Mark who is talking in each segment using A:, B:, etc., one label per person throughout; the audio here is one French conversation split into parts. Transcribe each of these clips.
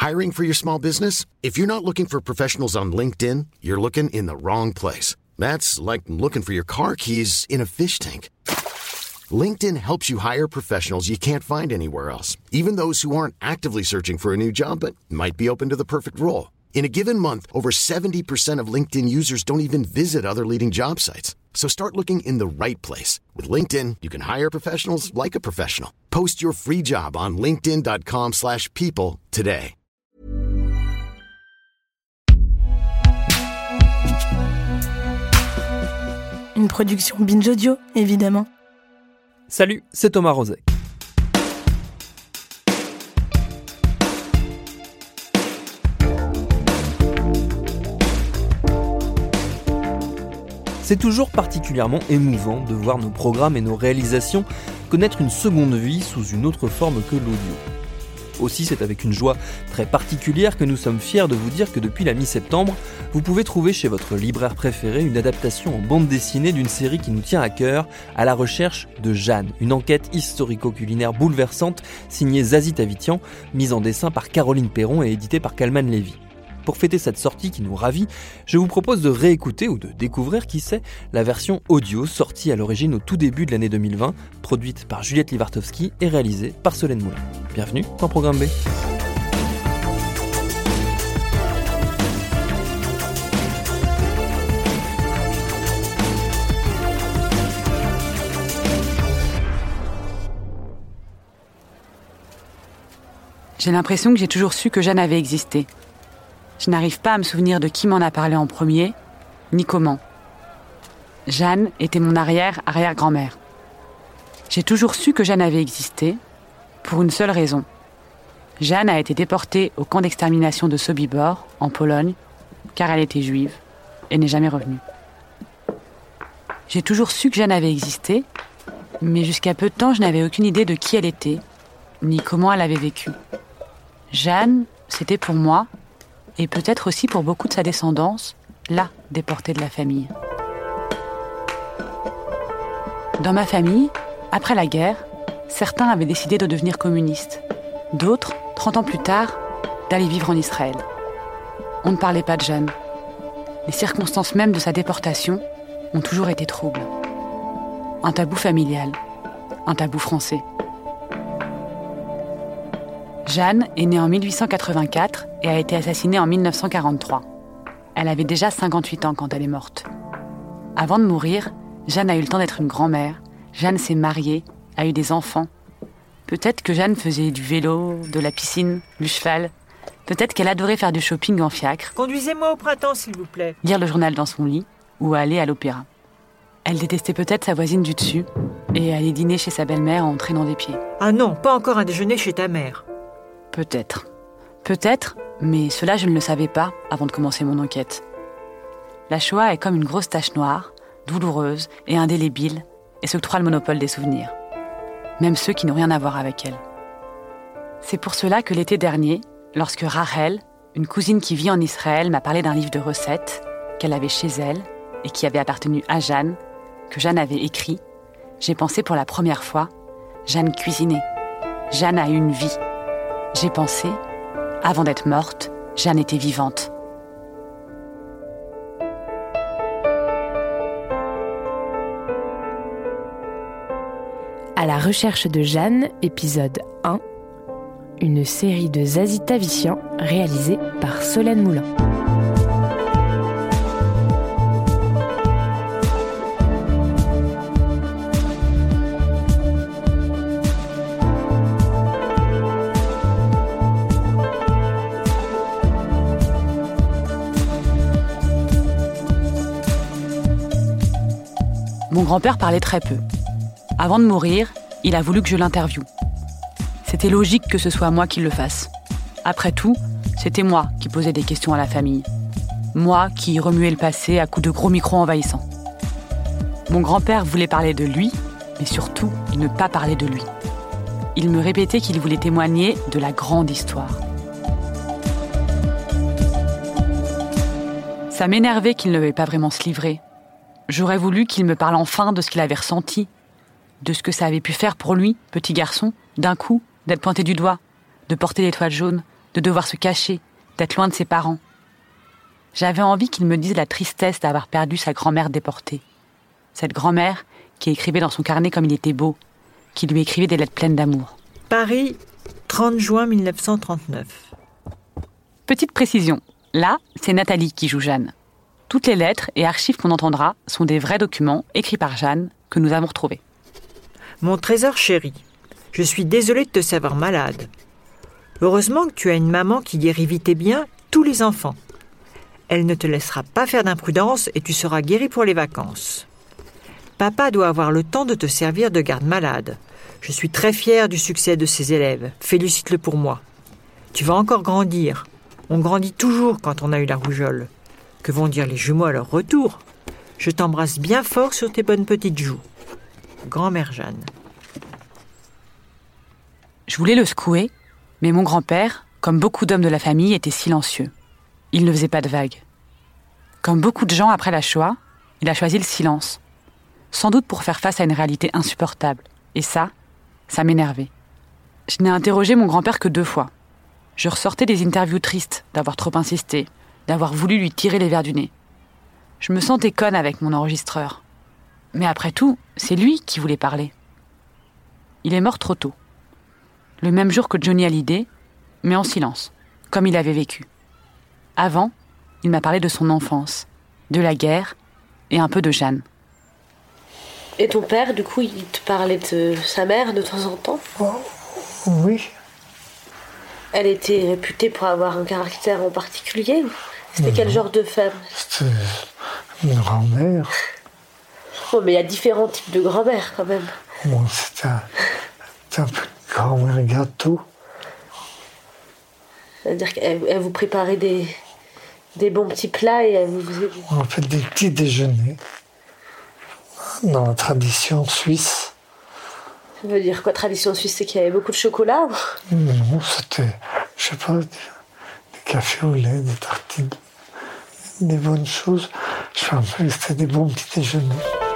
A: Hiring for your small business? If you're not looking for professionals on LinkedIn, you're looking in the wrong place. That's like looking for your car keys in a fish tank. LinkedIn helps you hire professionals you can't find anywhere else, even those who aren't actively searching for a new job but might be open to the perfect role. In a given month, over 70% of LinkedIn users don't even visit other leading job sites. So start looking in the right place. With LinkedIn, you can hire professionals like a professional. Post your free job on linkedin.com/people today.
B: Une production Binge Audio, évidemment.
C: Salut, c'est Thomas Rozek. C'est toujours particulièrement émouvant de voir nos programmes et nos réalisations connaître une seconde vie sous une autre forme que l'audio. Aussi, c'est avec une joie très particulière que nous sommes fiers de vous dire que depuis la mi-septembre, vous pouvez trouver chez votre libraire préféré une adaptation en bande dessinée d'une série qui nous tient à cœur, À la recherche de Jeanne, une enquête historico-culinaire bouleversante signée Zazie Tavitian, mise en dessin par Caroline Perron et éditée par Calman Levy. Pour fêter cette sortie qui nous ravit, je vous propose de réécouter ou de découvrir, qui sait, la version audio sortie à l'origine au tout début de l'année 2020, produite par Juliette Livartowski et réalisée par Solène Moulin. Bienvenue dans Programme B.
D: J'ai l'impression que j'ai toujours su que Jeanne avait existé. Je n'arrive pas à me souvenir de qui m'en a parlé en premier, ni comment. Jeanne était mon arrière-arrière-grand-mère. J'ai toujours su que Jeanne avait existé, pour une seule raison. Jeanne a été déportée au camp d'extermination de Sobibor, en Pologne, car elle était juive et n'est jamais revenue. J'ai toujours su que Jeanne avait existé, mais jusqu'à peu de temps, je n'avais aucune idée de qui elle était, ni comment elle avait vécu. Jeanne, c'était pour moi, et peut-être aussi pour beaucoup de sa descendance, la déportée de la famille. Dans ma famille, après la guerre, certains avaient décidé de devenir communistes. D'autres, 30 ans plus tard, d'aller vivre en Israël. On ne parlait pas de Jeanne. Les circonstances mêmes de sa déportation ont toujours été troubles. Un tabou familial, un tabou français. Jeanne est née en 1884 et a été assassinée en 1943. Elle avait déjà 58 ans quand elle est morte. Avant de mourir, Jeanne a eu le temps d'être une grand-mère. Jeanne s'est mariée, a eu des enfants. Peut-être que Jeanne faisait du vélo, de la piscine, du cheval. Peut-être qu'elle adorait faire du shopping en fiacre.
E: Conduisez-moi au printemps, s'il vous plaît.
D: Lire le journal dans son lit ou aller à l'opéra. Elle détestait peut-être sa voisine du dessus et aller dîner chez sa belle-mère en traînant des pieds.
E: Ah non, pas encore un déjeuner chez ta mère.
D: Peut-être. Peut-être, mais cela je ne le savais pas avant de commencer mon enquête. La Shoah est comme une grosse tache noire, douloureuse et indélébile, et s'octroie le monopole des souvenirs. Même ceux qui n'ont rien à voir avec elle. C'est pour cela que l'été dernier, lorsque Rachel, une cousine qui vit en Israël, m'a parlé d'un livre de recettes qu'elle avait chez elle et qui avait appartenu à Jeanne, que Jeanne avait écrit, j'ai pensé pour la première fois, Jeanne cuisinait. Jeanne a eu une vie. J'ai pensé, avant d'être morte, Jeanne était vivante.
B: À la recherche de Jeanne, épisode 1, une série de Zazie Tavitian réalisée par Solène Moulin.
D: Mon grand-père parlait très peu. Avant de mourir, il a voulu que je l'interviewe. C'était logique que ce soit moi qui le fasse. Après tout, c'était moi qui posais des questions à la famille. Moi qui remuais le passé à coups de gros micros envahissants. Mon grand-père voulait parler de lui, mais surtout ne pas parler de lui. Il me répétait qu'il voulait témoigner de la grande histoire. Ça m'énervait qu'il ne veuille pas vraiment se livrer. J'aurais voulu qu'il me parle enfin de ce qu'il avait ressenti, de ce que ça avait pu faire pour lui, petit garçon, d'un coup, d'être pointé du doigt, de porter l'étoile jaune, de devoir se cacher, d'être loin de ses parents. J'avais envie qu'il me dise la tristesse d'avoir perdu sa grand-mère déportée. Cette grand-mère qui écrivait dans son carnet comme il était beau, qui lui écrivait des lettres pleines d'amour.
E: Paris, 30 juin 1939.
D: Petite précision, là, c'est Nathalie qui joue Jeanne. Toutes les lettres et archives qu'on entendra sont des vrais documents écrits par Jeanne que nous avons retrouvés.
E: Mon trésor chéri, je suis désolée de te savoir malade. Heureusement que tu as une maman qui guérit vite et bien tous les enfants. Elle ne te laissera pas faire d'imprudence et tu seras guéri pour les vacances. Papa doit avoir le temps de te servir de garde-malade. Je suis très fière du succès de ses élèves. Félicite-le pour moi. Tu vas encore grandir. On grandit toujours quand on a eu la rougeole. Que vont dire les jumeaux à leur retour ? Je t'embrasse bien fort sur tes bonnes petites joues. Grand-mère Jeanne.
D: Je voulais le secouer, mais mon grand-père, comme beaucoup d'hommes de la famille, était silencieux. Il ne faisait pas de vagues. Comme beaucoup de gens après la Shoah, il a choisi le silence. Sans doute pour faire face à une réalité insupportable. Et ça m'énervait. Je n'ai interrogé mon grand-père que 2 fois. Je ressortais des interviews tristes d'avoir trop insisté, d'avoir voulu lui tirer les verres du nez. Je me sentais conne avec mon enregistreur. Mais après tout, c'est lui qui voulait parler. Il est mort trop tôt. Le même jour que Johnny Hallyday, mais en silence, comme il avait vécu. Avant, il m'a parlé de son enfance, de la guerre et un peu de Jeanne.
F: Et ton père, du coup, il te parlait de sa mère de temps en temps ?
G: Oui.
F: Elle était réputée pour avoir un caractère en particulier ? C'était quel genre de femme ?
G: C'était une grand-mère.
F: Oh, mais il y a différents types de grand-mère, quand même.
G: Bon, c'était un peu une grand-mère gâteau.
F: C'est-à-dire qu'elle vous préparait des bons petits plats et elle vous faisait...
G: On fait des petits déjeuners dans la tradition suisse.
F: Ça veut dire quoi, tradition suisse ? C'est qu'il y avait beaucoup de chocolat ?
G: Non, c'était, je sais pas, des cafés au lait, des tartines, des bonnes choses. Je pense que c'était des bons petits déjeuners.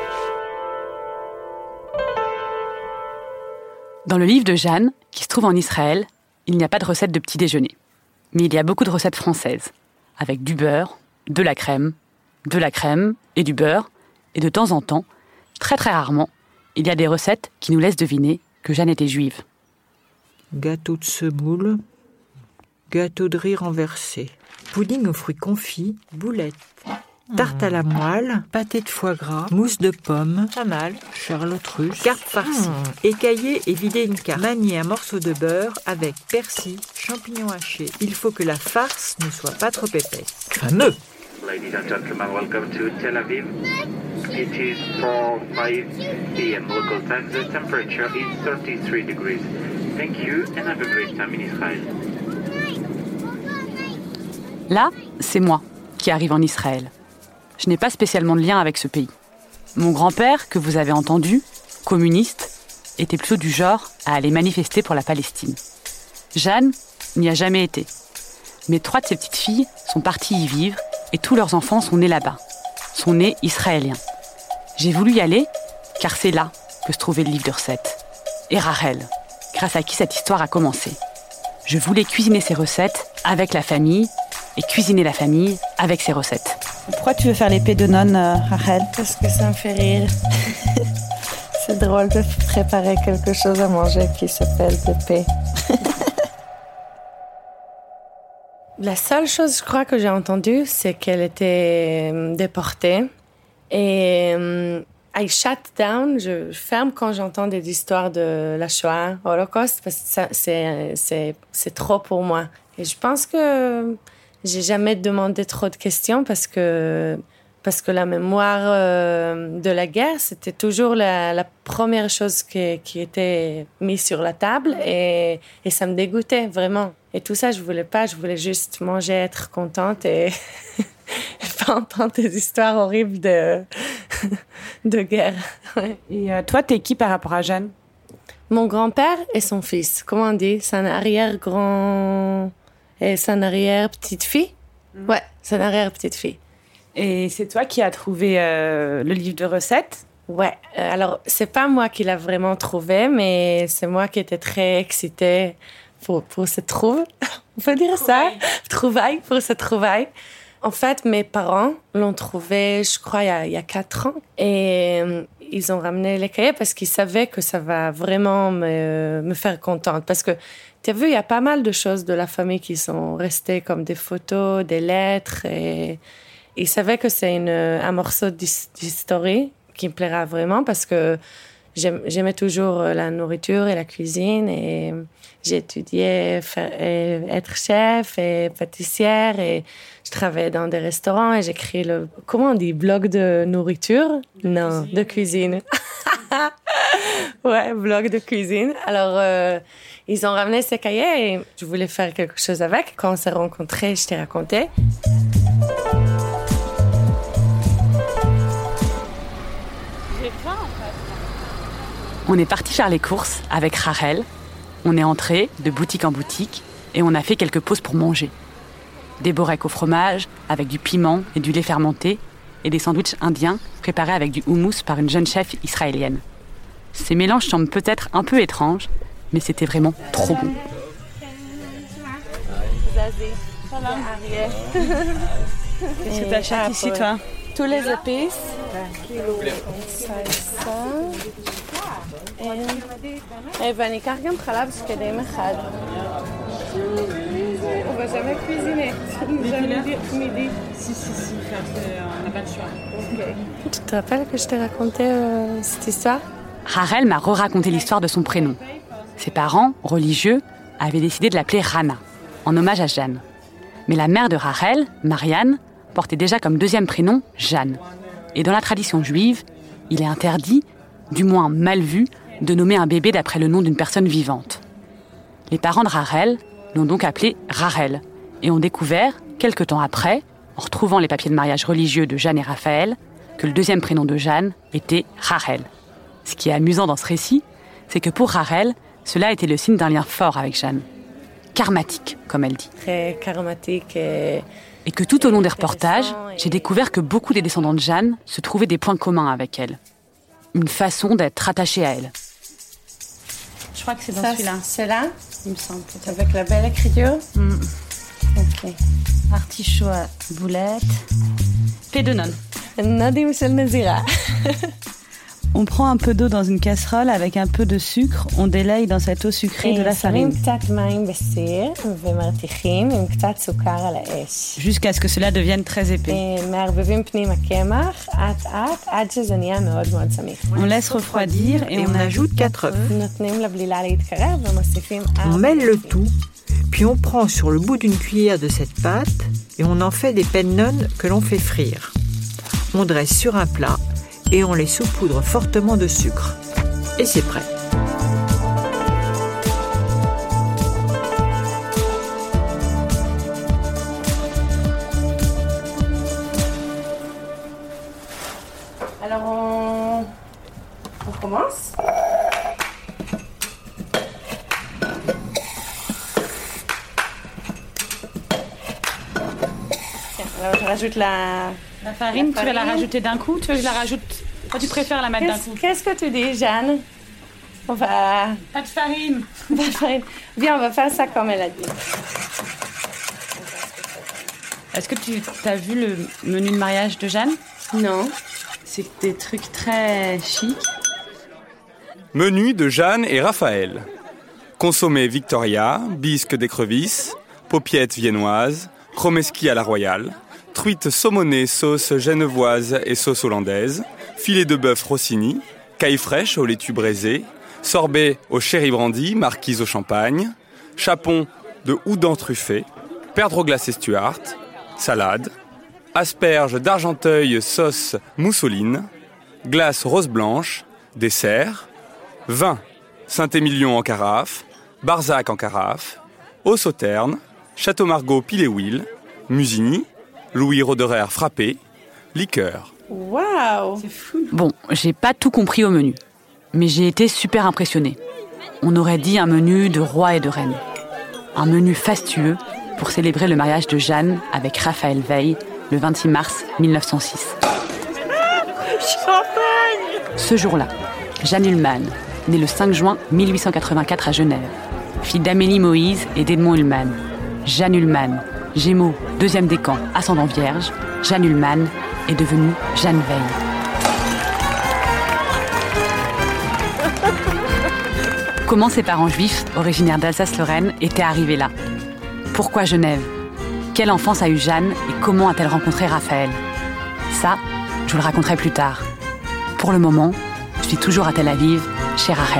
D: Dans le livre de Jeanne, qui se trouve en Israël, il n'y a pas de recette de petit déjeuner. Mais il y a beaucoup de recettes françaises, avec du beurre, de la crème et du beurre, et de temps en temps, très très rarement, il y a des recettes qui nous laissent deviner que Jeanne était juive.
E: Gâteau de semoule, gâteau de riz renversé, pudding aux fruits confits, boulettes, tarte à la moelle, pâté de foie gras, mousse de pomme, pas mal, charlotte russe, carpe farcie, écailler et vider une carte, manier un morceau de beurre avec persil, champignons hachés. Il faut que la farce ne soit pas trop épaisse. Fameux!
H: Ladies and gentlemen, welcome to Tel Aviv. It is 4:05 p.m. local time. The temperature is 33 degrees. Thank you and have a great time in Israel.
D: Là, c'est moi qui arrive en Israël. Je n'ai pas spécialement de lien avec ce pays. Mon grand-père, que vous avez entendu, communiste, était plutôt du genre à aller manifester pour la Palestine. Jeanne n'y a jamais été. Mais 3 de ses petites filles sont parties y vivre et tous leurs enfants sont nés là-bas, sont nés israéliens. J'ai voulu y aller car c'est là que se trouvait le livre de recettes. Et Rachel, grâce à qui cette histoire a commencé. Je voulais cuisiner ces recettes avec la famille et cuisiner la famille avec ses recettes.
I: Pourquoi tu veux faire l'épée de nonne, Rachel ?
J: Parce que ça me fait rire. C'est drôle de préparer quelque chose à manger qui s'appelle l'épée. La seule chose, je crois, que j'ai entendue, c'est qu'elle était déportée. Et I shut down, je ferme quand j'entends des histoires de la Shoah, Holocauste, parce que c'est trop pour moi. Et je pense que j'ai jamais demandé trop de questions parce que la mémoire de la guerre, c'était toujours la première chose qui était mise sur la table et ça me dégoûtait vraiment. Et tout ça, je voulais juste manger, être contente et pas entendre des histoires horribles de guerre. Ouais.
I: Et toi, t'es qui par rapport à Jeanne ?
J: Mon grand-père et son fils, comment on dit ? C'est un arrière-grand... Et c'est un arrière-petite-fille ? Ouais, c'est un arrière-petite-fille.
I: Et c'est toi qui as trouvé le livre de recettes ?
J: Ouais, alors c'est pas moi qui l'ai vraiment trouvé, mais c'est moi qui étais très excitée pour se trouver. On peut dire ça. Trouvaille pour cette trouvaille. En fait, mes parents l'ont trouvé, je crois, il y a 4 ans. Et ils ont ramené les cahiers parce qu'ils savaient que ça va vraiment me faire contente. Parce que, tu as vu, il y a pas mal de choses de la famille qui sont restées comme des photos, des lettres. Et ils savaient que c'est un morceau d'histoire qui me plaira vraiment parce que j'aimais toujours la nourriture et la cuisine. Et j'ai étudié être chef et pâtissière et je travaillais dans des restaurants et j'écris comment on dit, blog de nourriture? Non, de cuisine. Ouais, blog de cuisine. Alors, ils ont ramené ces cahiers et je voulais faire quelque chose avec. Quand on s'est rencontrés, je t'ai raconté.
D: On est parti faire les courses avec Rachel. On est entré de boutique en boutique et on a fait quelques pauses pour manger. Des boreks au fromage avec du piment et du lait fermenté et des sandwichs indiens préparés avec du houmous par une jeune chef israélienne. Ces mélanges semblent peut-être un peu étranges, mais c'était vraiment trop bon.
K: Qu'est-ce que tu achètes ici, toi?
J: Tous les épices. ואני אקח גם חלב שקדים אחד. On va jamais cuisiner. Jamais dire midi. Si, on n'a pas de choix. Okay. Tu te rappelles que je t'ai raconté cette histoire?
D: Rachel m'a re-raconté l'histoire de son prénom. Ses parents, religieux, avaient décidé de l'appeler Rana, en hommage à Jeanne. Mais la mère de Rachel, Marianne, portait déjà comme deuxième prénom Jeanne. Et dans la tradition juive, il est interdit, du moins mal vu, de nommer un bébé d'après le nom d'une personne vivante. Les parents de Rachel l'ont donc appelée Rachel et ont découvert, quelque temps après, en retrouvant les papiers de mariage religieux de Jeanne et Raphaël, que le deuxième prénom de Jeanne était Rachel. Ce qui est amusant dans ce récit, c'est que pour Rachel, cela était le signe d'un lien fort avec Jeanne. Karmatique, comme elle dit.
J: Très karmatique
D: et que tout au long des reportages, j'ai découvert que beaucoup des descendants de Jeanne se trouvaient des points communs avec elle. Une façon d'être attachée à elle.
K: Je crois que c'est dans celui-là.
J: C'est là,
K: il me semble.
J: Avec la belle écriture.
K: Ok. Artichaut à boulettes. Pédonon.
J: Nadim Sel Nazira.
K: On prend un peu d'eau dans une casserole avec un peu de sucre. On délaye dans cette eau sucrée de la farine. Jusqu'à ce que cela devienne très épais. On laisse refroidir et on ajoute 4 œufs.
E: On mêle le tout, puis on prend sur le bout d'une cuillère de cette pâte et on en fait des pennon que l'on fait frire. On dresse sur un plat et on les saupoudre fortement de sucre. Et c'est prêt.
J: Alors on commence. Alors je rajoute la
K: farine. Tu vas la rajouter d'un coup? Tu veux que je la rajoute? Toi, tu préfères la mettre d'un coup?
J: Qu'est-ce que tu dis, Jeanne? On va...
K: Pas de farine.
J: Pas de farine. Viens, on va faire ça comme elle a dit.
K: Est-ce que tu as vu le menu de mariage de Jeanne?
J: Non.
K: C'est des trucs très chics.
L: Menu de Jeanne et Raphaël. Consommé Victoria, bisque d'écrevisse, paupiettes viennoises, chromeski à la royale, truite saumonée sauce genevoise et sauce hollandaise, filet de bœuf Rossini, caille fraîche au laitue braisé, sorbet au sherry brandy, marquise au champagne, chapon de houdan truffé, perdreau glacé Stuart, salade, asperges d'Argenteuil sauce mousseline, glace rose blanche, dessert, vin Saint-Émilion en carafe, Barzac en carafe, eau sauterne, Château Margaux Piléwil, Musigny, Louis Roederer frappé, liqueur.
J: Waouh!
K: C'est fou.
D: Bon, j'ai pas tout compris au menu, mais j'ai été super impressionnée. On aurait dit un menu de roi et de reine. Un menu fastueux pour célébrer le mariage de Jeanne avec Raphaël Veil le 26 mars 1906.
E: Champagne!
D: Ce jour-là, Jeanne Ullmann, née le 5 juin 1884 à Genève, fille d'Amélie Moïse et d'Edmond Ullmann. Jeanne Ullmann, Gémeaux, 2e décan, ascendant vierge, Jeanne Ullmann est devenue Jeanne Veil. Comment ses parents juifs, originaires d'Alsace-Lorraine, étaient arrivés là? Pourquoi Genève? Quelle enfance a eu Jeanne et comment a-t-elle rencontré Raphaël? Ça, je vous le raconterai plus tard. Pour le moment, je suis toujours à Tel Aviv, chez Rachel.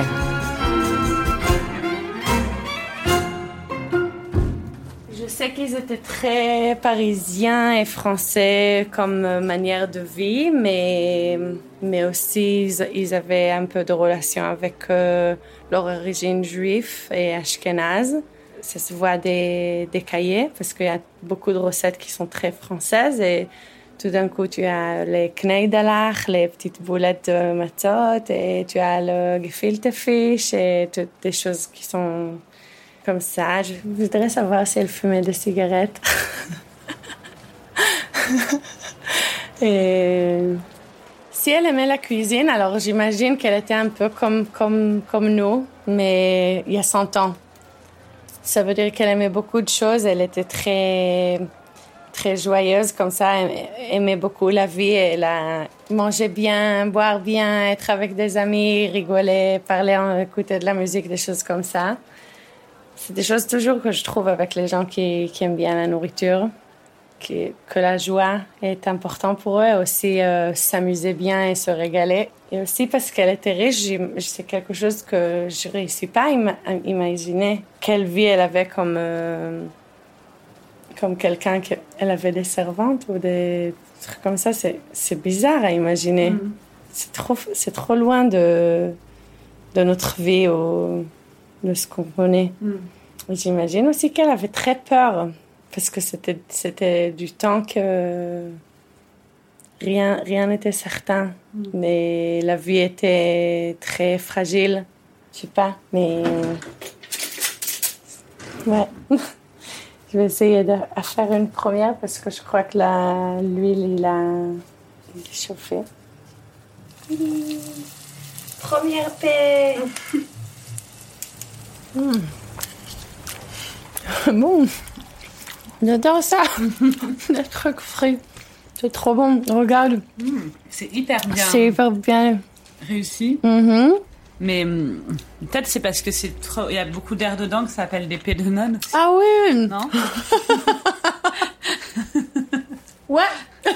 J: Je sais qu'ils étaient très parisiens et français comme manière de vie, mais aussi ils avaient un peu de relation avec leur origine juive et ashkénaze. Ça se voit des cahiers, parce qu'il y a beaucoup de recettes qui sont très françaises. Et tout d'un coup, tu as les Kneidelach, les petites boulettes de matzot, et tu as le gefilte fish, et toutes des choses qui sont comme ça. Je voudrais savoir si elle fumait des cigarettes. Et si elle aimait la cuisine, alors j'imagine qu'elle était un peu comme nous, mais il y a 100 ans. Ça veut dire qu'elle aimait beaucoup de choses. Elle était très, très joyeuse comme ça. Elle aimait beaucoup la vie. Elle mangeait bien, boire bien, être avec des amis, rigoler, parler, écouter de la musique, des choses comme ça. C'est des choses toujours que je trouve avec les gens qui aiment bien la nourriture. Que la joie est importante pour eux, aussi s'amuser bien et se régaler. Et aussi parce qu'elle était riche, c'est quelque chose que je ne réussis pas à imaginer. Quelle vie elle avait comme quelqu'un, elle avait des servantes ou des trucs comme ça. C'est bizarre à imaginer. Mm. C'est trop loin de notre vie ou de ce qu'on connaît. Mm. J'imagine aussi qu'elle avait très peur. Parce que c'était du temps que rien n'était certain. Mais la vie était très fragile. Je sais pas, mais... Ouais. Je vais essayer de faire une première parce que je crois que l'huile, il est chauffé. Première paix. Bon. J'adore ça. Les trucs frits. C'est trop bon. Regarde.
D: C'est hyper bien.
J: C'est hyper bien
D: réussi.
J: Mm-hmm.
D: Mais peut-être c'est parce que il y a beaucoup d'air dedans que ça s'appelle des pédonones.
J: Ah oui.
D: Non.
J: Ouais.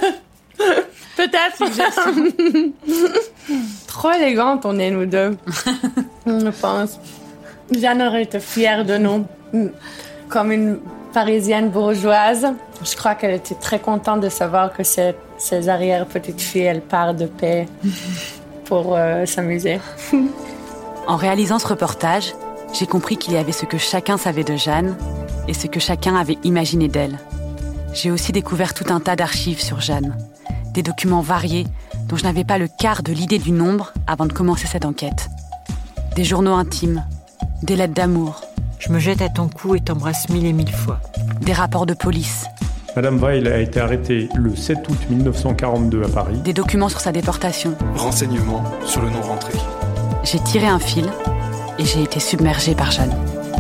J: Peut-être. Trop élégante on est nous deux. Je pense. Jeanne aurait été fière de nous. Comme une parisienne bourgeoise. Je crois qu'elle était très contente de savoir que ses arrière-petites-filles, elles partent de paix pour s'amuser.
D: En réalisant ce reportage, j'ai compris qu'il y avait ce que chacun savait de Jeanne et ce que chacun avait imaginé d'elle. J'ai aussi découvert tout un tas d'archives sur Jeanne, des documents variés dont je n'avais pas le quart de l'idée du nombre avant de commencer cette enquête. Des journaux intimes, des lettres d'amour.
E: Je me jette à ton cou et t'embrasse 1000 et 1000 fois.
D: Des rapports de police.
M: Madame Veil a été arrêtée le 7 août 1942 à Paris.
D: Des documents sur sa déportation.
N: Renseignements sur le non-rentré.
D: J'ai tiré un fil et j'ai été submergée par Jeanne.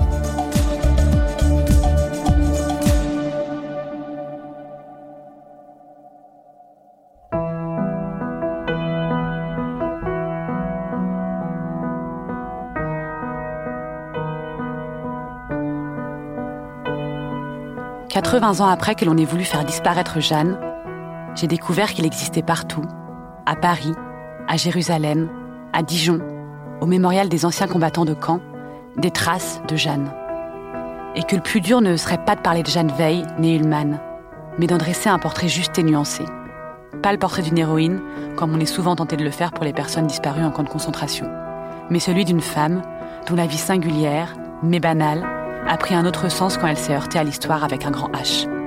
D: « 80 ans après que l'on ait voulu faire disparaître Jeanne, j'ai découvert qu'il existait partout, à Paris, à Jérusalem, à Dijon, au mémorial des anciens combattants de camp, des traces de Jeanne. Et que le plus dur ne serait pas de parler de Jeanne Veil, née Ullmann, mais d'en dresser un portrait juste et nuancé. Pas le portrait d'une héroïne, comme on est souvent tenté de le faire pour les personnes disparues en camp de concentration, mais celui d'une femme dont la vie singulière, mais banale, a pris un autre sens quand elle s'est heurtée à l'histoire avec un grand H.